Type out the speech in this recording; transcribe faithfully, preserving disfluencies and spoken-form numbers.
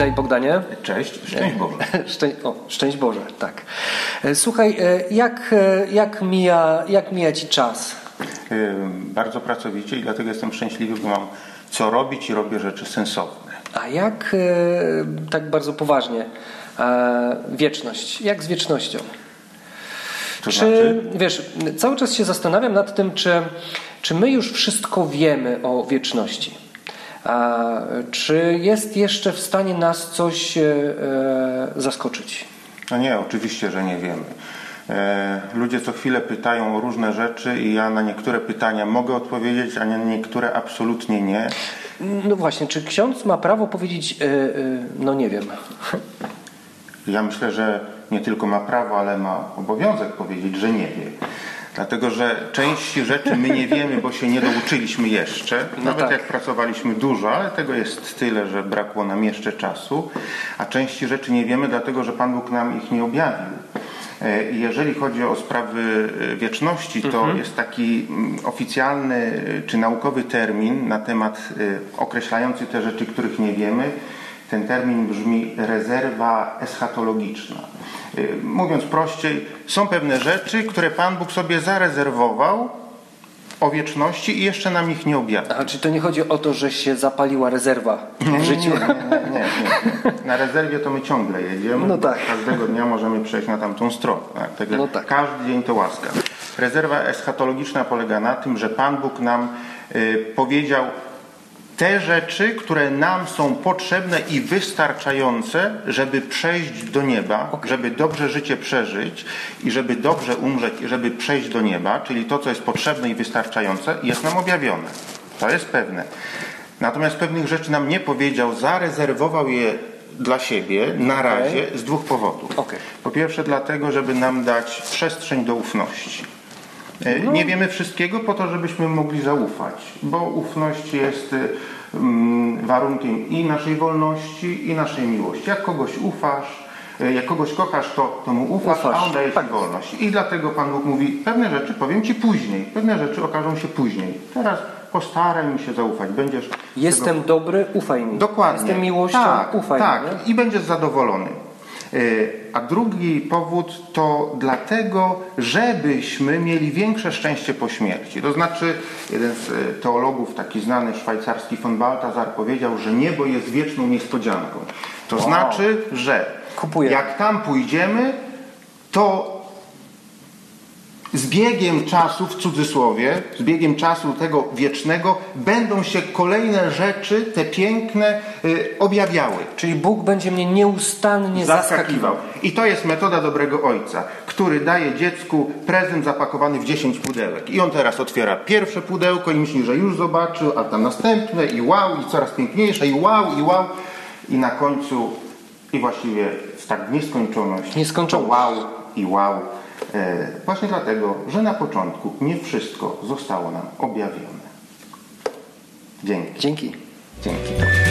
Witaj, Bogdanie. Cześć, szczęść Boże. Szczę... O, szczęść Boże, tak. Słuchaj, jak, jak, mija, jak mija Ci czas? Bardzo pracowicie i dlatego jestem szczęśliwy, bo mam co robić i robię rzeczy sensowne. A jak, tak bardzo poważnie, wieczność? Jak z wiecznością? To czy, znaczy? Wiesz, cały czas się zastanawiam nad tym, czy, czy my już wszystko wiemy o wieczności. A czy jest jeszcze w stanie nas coś e, zaskoczyć? No nie, oczywiście, że nie wiemy. E, ludzie co chwilę pytają o różne rzeczy i ja na niektóre pytania mogę odpowiedzieć, a na niektóre absolutnie nie. No właśnie, czy ksiądz ma prawo powiedzieć, e, e, no nie wiem? Ja myślę, że nie tylko ma prawo, ale ma obowiązek powiedzieć, że nie wie. Dlatego, że części rzeczy my nie wiemy, bo się nie douczyliśmy jeszcze. No Nawet tak. jak pracowaliśmy dużo, ale tego jest tyle, że brakło nam jeszcze czasu. A części rzeczy nie wiemy, dlatego, że Pan Bóg nam ich nie objawił. Jeżeli chodzi o sprawy wieczności, to mhm. jest taki oficjalny czy naukowy termin na temat określający te rzeczy, których nie wiemy. Ten termin brzmi rezerwa eschatologiczna. Mówiąc prościej, są pewne rzeczy, które Pan Bóg sobie zarezerwował o wieczności i jeszcze nam ich nie objawił. A czy to nie chodzi o to, że się zapaliła rezerwa w życiu? Nie, nie, nie, nie, nie. Na rezerwie to my ciągle jedziemy. No tak. Każdego dnia możemy przejść na tamtą stronę. Tak? Także no tak. Każdy dzień to łaska. Rezerwa eschatologiczna polega na tym, że Pan Bóg nam y, powiedział te rzeczy, które nam są potrzebne i wystarczające, żeby przejść do nieba, okay. żeby dobrze życie przeżyć i żeby dobrze umrzeć i żeby przejść do nieba, czyli to, co jest potrzebne i wystarczające, jest nam objawione. To jest pewne. Natomiast pewnych rzeczy nam nie powiedział, zarezerwował je dla siebie na razie okay. z dwóch powodów. Okay. Po pierwsze dlatego, żeby nam dać przestrzeń do ufności. No. Nie wiemy wszystkiego po to, żebyśmy mogli zaufać, bo ufność jest um, warunkiem i naszej wolności, i naszej miłości. Jak kogoś ufasz, jak kogoś kochasz, to, to mu ufasz, ufasz, a on daje ci tak. wolność. I dlatego Pan Bóg mówi, pewne rzeczy powiem Ci później, pewne rzeczy okażą się później. Teraz postaraj mi się zaufać. Będziesz Jestem tego... dobry, ufaj mi. Dokładnie. Jestem miłością, tak, ufaj tak. mi. Tak, i będziesz zadowolony. A drugi powód to dlatego, żebyśmy mieli większe szczęście po śmierci. To znaczy, jeden z teologów, taki znany szwajcarski von Balthasar, powiedział, że niebo jest wieczną niespodzianką. To wow. znaczy, że Kupuję. jak tam pójdziemy, to z biegiem czasu, w cudzysłowie, z biegiem czasu tego wiecznego będą się kolejne rzeczy, te piękne, y, objawiały. Czyli Bóg będzie mnie nieustannie zaskakiwał. zaskakiwał. I to jest metoda dobrego ojca, który daje dziecku prezent zapakowany w dziesięć pudełek. I on teraz otwiera pierwsze pudełko i myśli, że już zobaczył, a tam następne i wow, i coraz piękniejsze, i wow, i wow. I na końcu, i właściwie w tak nieskończoność, nieskończoność. To wow i wow. E, właśnie dlatego, że na początku nie wszystko zostało nam objawione. Dzięki. Dzięki. Dzięki.